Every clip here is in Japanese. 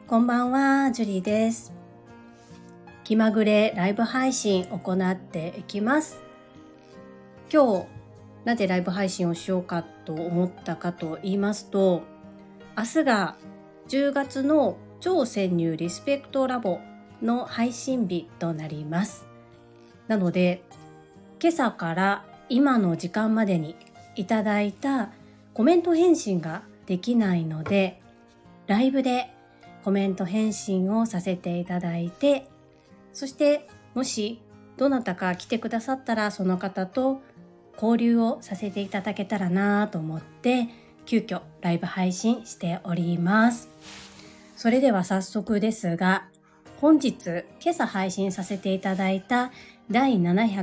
こんばんは、ジュリーです。気まぐれライブ配信行っていきます。今日なぜライブ配信をしようかと思ったかと言いますと、明日が10月の超潜入リスペクトラボの配信日となります。なので、今朝から今の時間までにいただいたコメント返信ができないので、ライブでコメント返信をさせていただいて、そしてもしどなたか来てくださったらその方と交流をさせていただけたらなと思って急遽ライブ配信しております。それでは早速ですが、本日今朝配信させていただいた第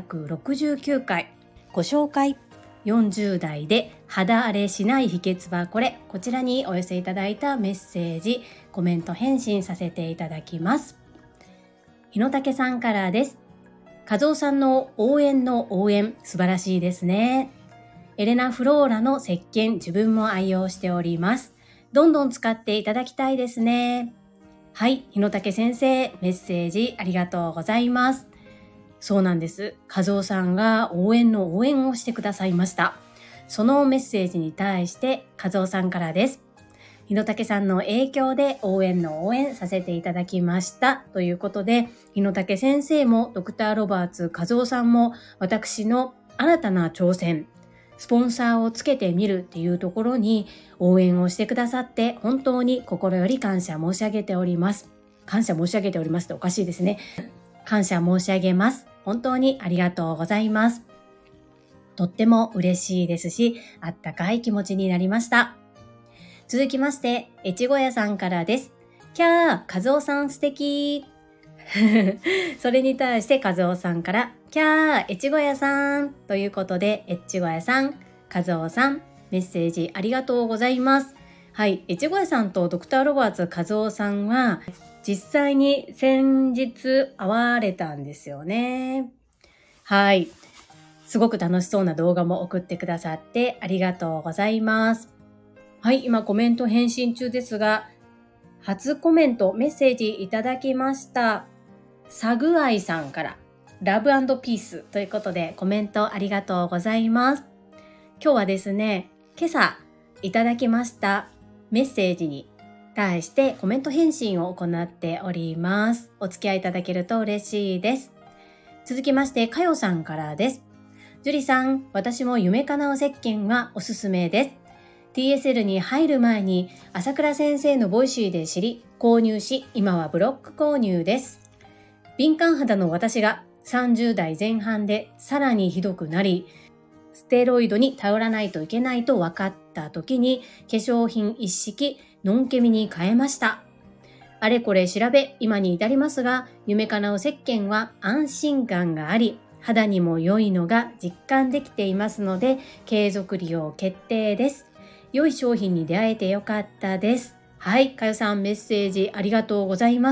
769回ご紹介、40代で肌荒れしない秘訣はこれ、こちらにお寄せいただいたメッセージ、コメント返信させていただきます。日野武さんからです。和夫さんの応援の応援、素晴らしいですね。エレナフローラの石鹸、自分も愛用しております。どんどん使っていただきたいですね。はい、日野武先生、メッセージありがとうございます。そうなんです。和夫さんが応援の応援をしてくださいました。そのメッセージに対して和夫さんからです。日野武さんの影響で応援の応援させていただきましたということで、日野武先生もドクターロバーツ和夫さんも私の新たな挑戦、スポンサーをつけてみるっていうところに応援をしてくださって本当に心より感謝申し上げております。感謝申し上げておりますっておかしいですね。感謝申し上げます。本当にありがとうございます。とっても嬉しいですし、あったかい気持ちになりました。続きまして、越後屋さんからです。キャー、和夫さん素敵。それに対して和夫さんから、キャー、越後屋さんということで、越後屋さん、和夫さん、メッセージありがとうございます。はい、越後屋さんとドクターロバーツ和夫さんは、実際に先日会われたんですよね。はい。すごく楽しそうな動画も送ってくださってありがとうございます。はい、今コメント返信中ですが、初コメント、メッセージいただきました。サグアイさんからラブ&ピースということでコメントありがとうございます。今日はですね、今朝いただきましたメッセージに対してコメント返信を行っております。お付き合いいただけると嬉しいです。続きまして、かよさんからです。ジュリさん、私も夢かなう石鹸がおすすめです。TSL に入る前に朝倉先生のボイシーで知り、購入し、今はブロック購入です。敏感肌の私が30代前半でさらにひどくなり、ステロイドに頼らないといけないと分かった時に化粧品一式ノンケミに変えました。あれこれ調べ今に至りますが、夢かなう石鹸は安心感があり、肌にも良いのが実感できていますので、継続利用決定です。良い商品に出会えてよかったです。はい、かよさんメッセージありがとうございます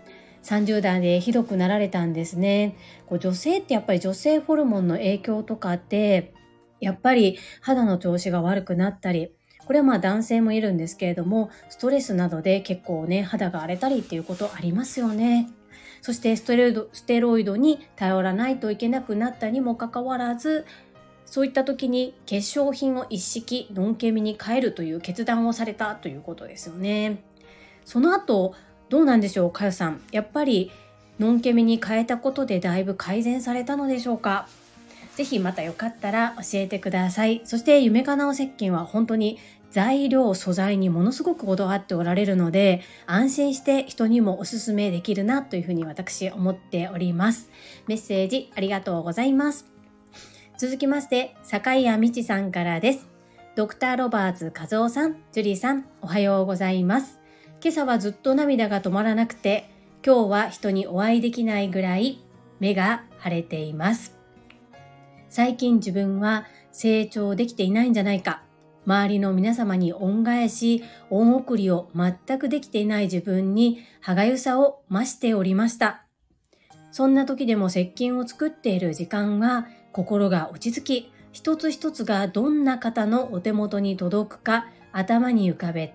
。30代でひどくなられたんですね。女性ってやっぱり女性ホルモンの影響とかってやっぱり肌の調子が悪くなったり、これは男性もいるんですけれども、ストレスなどで結構ね、肌が荒れたりっていうことありますよね。そしてステロイドに頼らないといけなくなったにもかかわらず、そういった時に化粧品を一式ノンケミに変えるという決断をされたということですよね。その後、どうなんでしょう、かよさん。やっぱりノンケミに変えたことでだいぶ改善されたのでしょうか。ぜひまたよかったら教えてください。そして夢かなう石鹸は本当に材料、素材にものすごくこだわっておられるので、安心して人にもおすすめできるなというふうに私思っております。メッセージありがとうございます。続きまして、坂井谷美智さんからです。ドクターロバーツ和夫さん、ジュリーさん、おはようございます。今朝はずっと涙が止まらなくて、今日は人にお会いできないぐらい目が腫れています。最近自分は成長できていないんじゃないか。周りの皆様に恩返し、恩送りを全くできていない自分に歯がゆさを増しておりました。そんな時でも石鹸を作っている時間は心が落ち着き、一つ一つがどんな方のお手元に届くか頭に浮かべて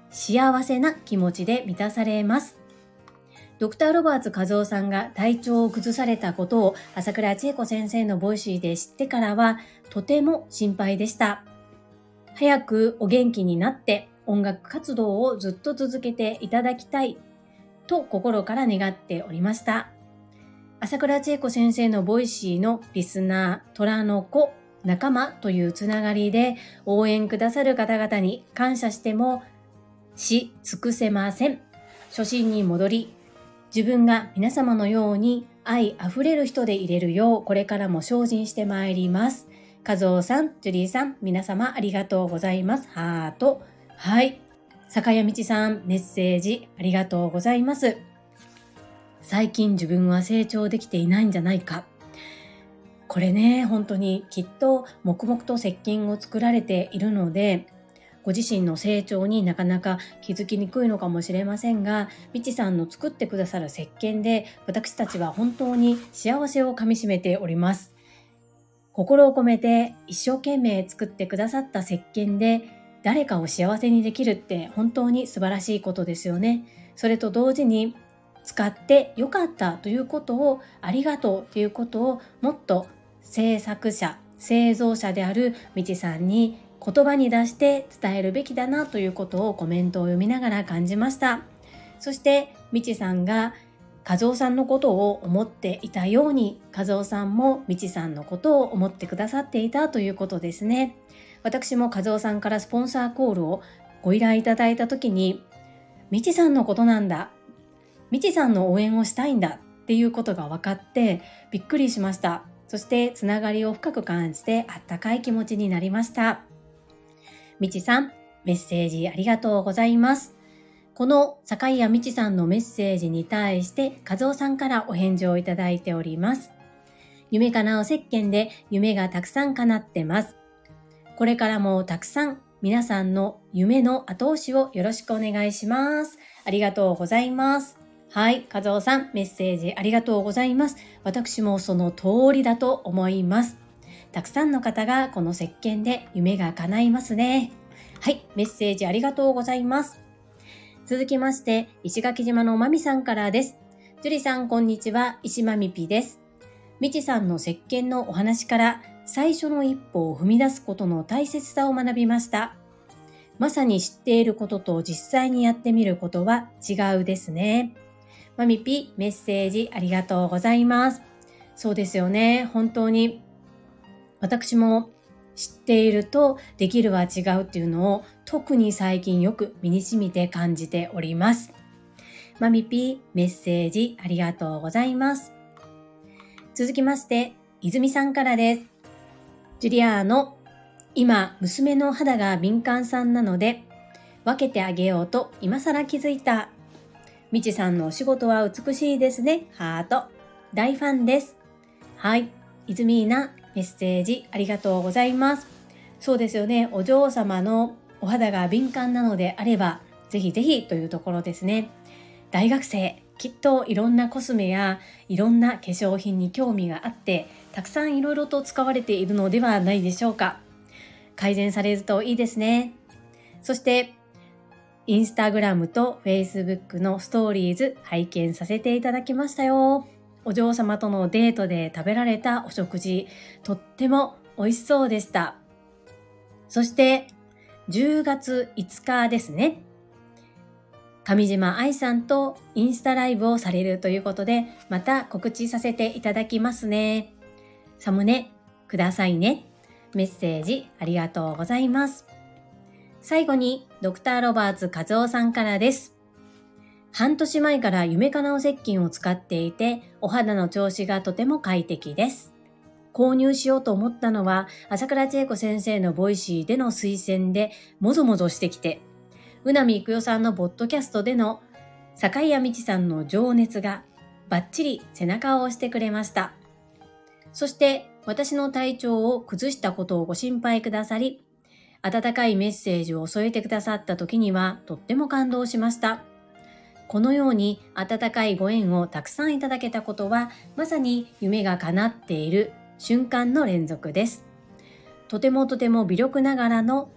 幸せな気持ちで満たされます。ドクターロバーツ和夫さんが体調を崩されたことを朝倉千恵子先生のボイシーで知ってからはとても心配でした。早くお元気になって音楽活動をずっと続けていただきたいと心から願っておりました。朝倉千恵子先生のボイシーのリスナー、虎の子、仲間というつながりで応援くださる方々に感謝してもし尽くせません。初心に戻り、自分が皆様のように愛あふれる人でいれるようこれからも精進してまいります。和夫さん、ジュリーさん、皆様ありがとうございます。ハート。はい。坂谷道さん、メッセージありがとうございます。最近自分は成長できていないんじゃないか。これね、本当にきっと黙々と石鹸を作られているので、ご自身の成長になかなか気づきにくいのかもしれませんが、みちさんの作ってくださる石鹸で私たちは本当に幸せをかみしめております。心を込めて一生懸命作ってくださった石鹸で誰かを幸せにできるって本当に素晴らしいことですよね。それと同時に使ってよかったということを、ありがとうということをもっと制作者、製造者であるみちさんに言葉に出して伝えるべきだなということをコメントを読みながら感じました。そしてみちさんが和夫さんのことを思っていたように、和夫さんもみちさんのことを思ってくださっていたということですね。私も和夫さんからスポンサーコールをご依頼いただいたときに、みちさんのことなんだ、みちさんの応援をしたいんだっていうことが分かってびっくりしました。そしてつながりを深く感じてあったかい気持ちになりました。みちさん、メッセージありがとうございます。この坂井谷みちさんのメッセージに対して和夫さんからお返事をいただいております。夢かなう石鹸で夢がたくさん叶ってます。これからもたくさん皆さんの夢の後押しをよろしくお願いします。ありがとうございます。はい、和夫さん、メッセージありがとうございます。私もその通りだと思います。たくさんの方がこの石鹸で夢が叶いますね。はい、メッセージありがとうございます。続きまして、石垣島のまみさんからです。ジュリさん、こんにちは。石まみぴです。みちさんの石鹸のお話から最初の一歩を踏み出すことの大切さを学びました。まさに知っていることと実際にやってみることは違うですね。まみぴ、メッセージありがとうございます。そうですよね。本当に私も知っているとできるは違うっていうのを特に最近よく身に染みて感じております。まみぴ、メッセージありがとうございます。続きまして、泉さんからです。ジュリアーノ、今娘の肌が敏感さんなので分けてあげようと今更気づいた。みちさんのお仕事は美しいですね。ハート。大ファンです。はい。泉なメッセージありがとうございます。そうですよね。お嬢様のお肌が敏感なのであれば、ぜひぜひというところですね。大学生、きっといろんなコスメやいろんな化粧品に興味があって、たくさんいろいろと使われているのではないでしょうか。改善されるといいですね。そして、インスタグラムとフェイスブックのストーリーズ拝見させていただきましたよ。お嬢様とのデートで食べられたお食事、とっても美味しそうでした。そして10月5日ですね。上島愛さんとインスタライブをされるということで、また告知させていただきますね。サムネくださいね。メッセージありがとうございます。最後にドクターロバーツ和夫さんからです。半年前から夢かなう石鹸を使っていて、お肌の調子がとても快適です。購入しようと思ったのは、朝倉千恵子先生のボイシーでの推薦でもぞもぞしてきて、宇波育代さんのポッドキャストでの坂井谷美智さんの情熱がバッチリ背中を押してくれました。そして私の体調を崩したことをご心配くださり、温かいメッセージを添えてくださった時にはとっても感動しました。このように温かいご縁をたくさんいただけたことは、まさに夢が叶っている瞬間の連続です。とても微力ながらの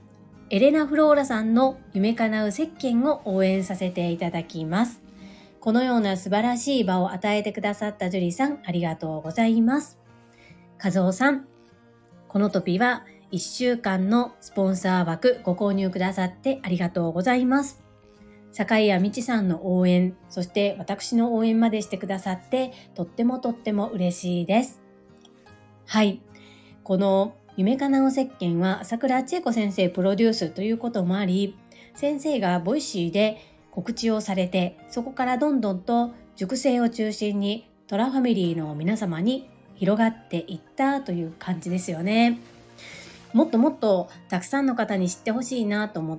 エレナ・フローラさんの夢叶う石鹸を応援させていただきます。このような素晴らしい場を与えてくださったジュリさん、ありがとうございます。和夫さん、この度は1週間のスポンサー枠ご購入くださってありがとうございます。坂井谷美智さんの応援、そして私の応援までしてくださって、とっても嬉しいです。はい。この夢叶う石鹸は朝倉千恵子先生プロデュースということもあり、先生がボイシーで告知をされて、そこからどんどんと塾生を中心にトラファミリーの皆様に広がっていったという感じですよね。もっとたくさんの方に知ってほしいなと思って、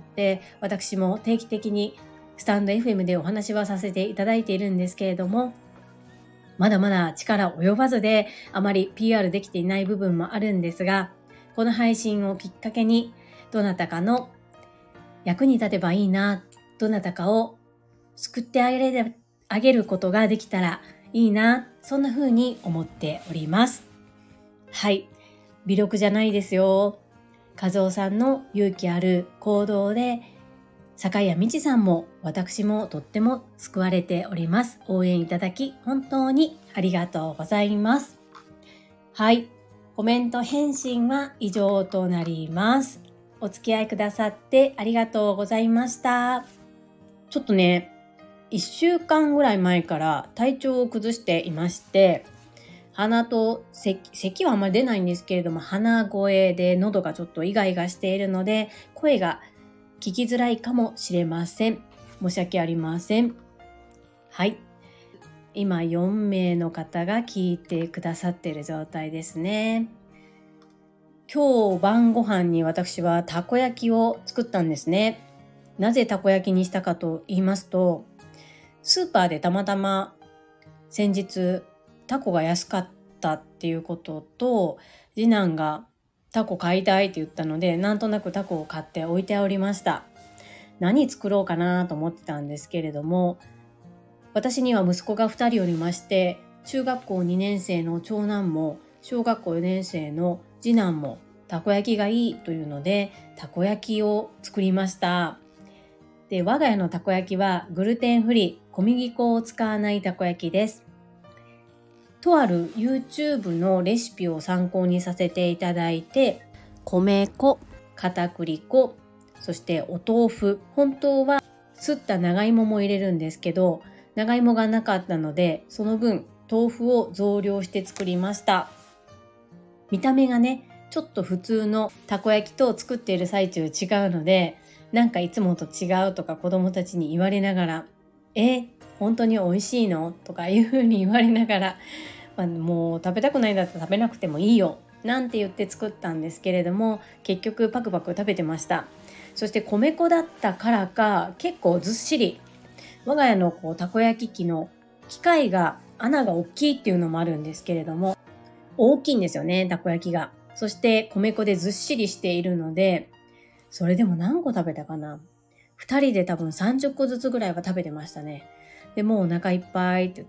私も定期的にスタンド FM でお話はさせていただいているんですけれども、まだまだ力及ばずであまり PR できていない部分もあるんですが、この配信をきっかけにどなたかの役に立てばいいな、どなたかを救ってあげることができたらいいな、そんな風に思っております。はい、微力じゃないですよ。和夫さんの勇気ある行動で坂井谷美智さんも私もとっても救われております。応援いただき本当にありがとうございます。はい、コメント返信は以上となります。お付き合いくださってありがとうございました。ちょっとね、1週間ぐらい前から体調を崩していまして、鼻と咳はあんまり出ないんですけれども、鼻声で喉がちょっとイガイガしているので、声が聞きづらいかもしれません。申し訳ありません。はい。今4名の方が聞いてくださっている状態ですね。今日晩ご飯に私はたこ焼きを作ったんですね。なぜたこ焼きにしたかと言いますと、スーパーでたまたま先日タコが安かったっていうことと、次男がタコ買いたいって言ったので、なんとなくタコを買って置いておりました。何作ろうかなと思ってたんですけれども、私には息子が2人おりまして、中学校2年生の長男も小学校4年生の次男もたこ焼きがいいというので、たこ焼きを作りました。で、我が家のたこ焼きはグルテンフリー、小麦粉を使わないたこ焼きです。とある YouTube のレシピを参考にさせていただいて、米粉、片栗粉、そしてお豆腐、本当はすった長芋も入れるんですけど、長芋がなかったので、その分豆腐を増量して作りました。見た目がね、ちょっと普通のたこ焼きと作っている最中違うので、なんかいつもと違うとか子供たちに言われながら、本当に美味しいのとかいう風に言われながら、もう食べたくないんだったら食べなくてもいいよなんて言って作ったんですけれども、結局パクパク食べてました。そして米粉だったからか結構ずっしり、我が家のたこ焼き器の機械が穴が大きいっていうのもあるんですけれども、大きいんですよね、たこ焼きが。そして米粉でずっしりしているので、それでも何個食べたかな、2人で多分30個ずつぐらいは食べてましたね。でもうお腹いっぱいって言って、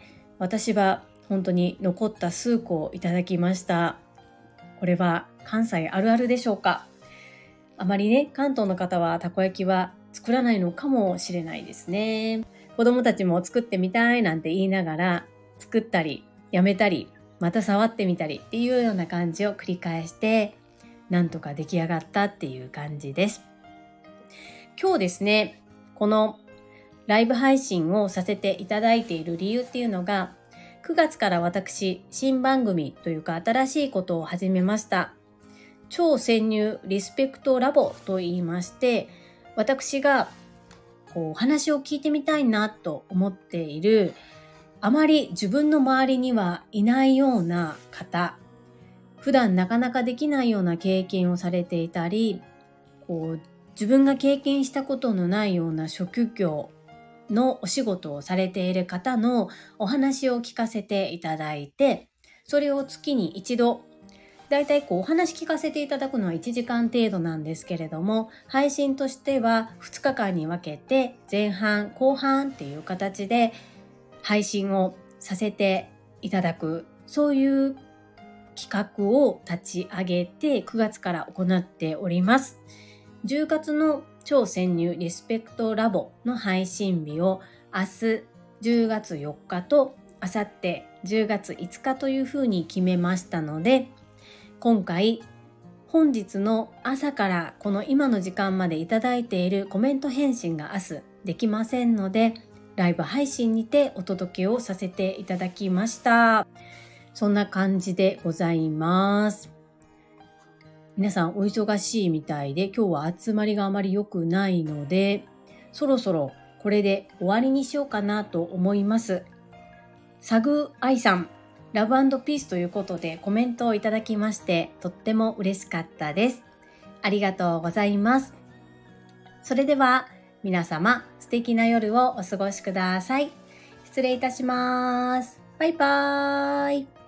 私は本当に残った数個をいただきました。これは関西あるあるでしょうか。あまりね、関東の方はたこ焼きは作らないのかもしれないですね。子供たちも作ってみたいなんて言いながら、作ったりやめたりまた触ってみたりっていうような感じを繰り返して、なんとか出来上がったっていう感じです。今日ですね、このライブ配信をさせていただいている理由っていうのが、9月から私、新番組というか新しいことを始めました。超潜入リスペクトラボと言いまして、私がお話を聞いてみたいなと思っている、あまり自分の周りにはいないような方、普段なかなかできないような経験をされていたり、自分が経験したことのないような職業のお仕事をされている方のお話を聞かせていただいて、それを月に一度、だいたいお話聞かせていただくのは1時間程度なんですけれども、配信としては2日間に分けて前半後半っていう形で配信をさせていただく、そういう企画を立ち上げて9月から行っております。 10月の超潜入リスペクトラボの配信日を明日10月4日と明後日10月5日というふうに決めましたので、今回本日の朝からこの今の時間までいただいているコメント返信が明日できませんので、ライブ配信にてお届けをさせていただきました。そんな感じでございます。皆さんお忙しいみたいで、今日は集まりがあまり良くないので、そろそろこれで終わりにしようかなと思います。サグアイさん、ラブ&ピースということでコメントをいただきまして、とっても嬉しかったです。ありがとうございます。それでは皆様、素敵な夜をお過ごしください。失礼いたします。バイバーイ。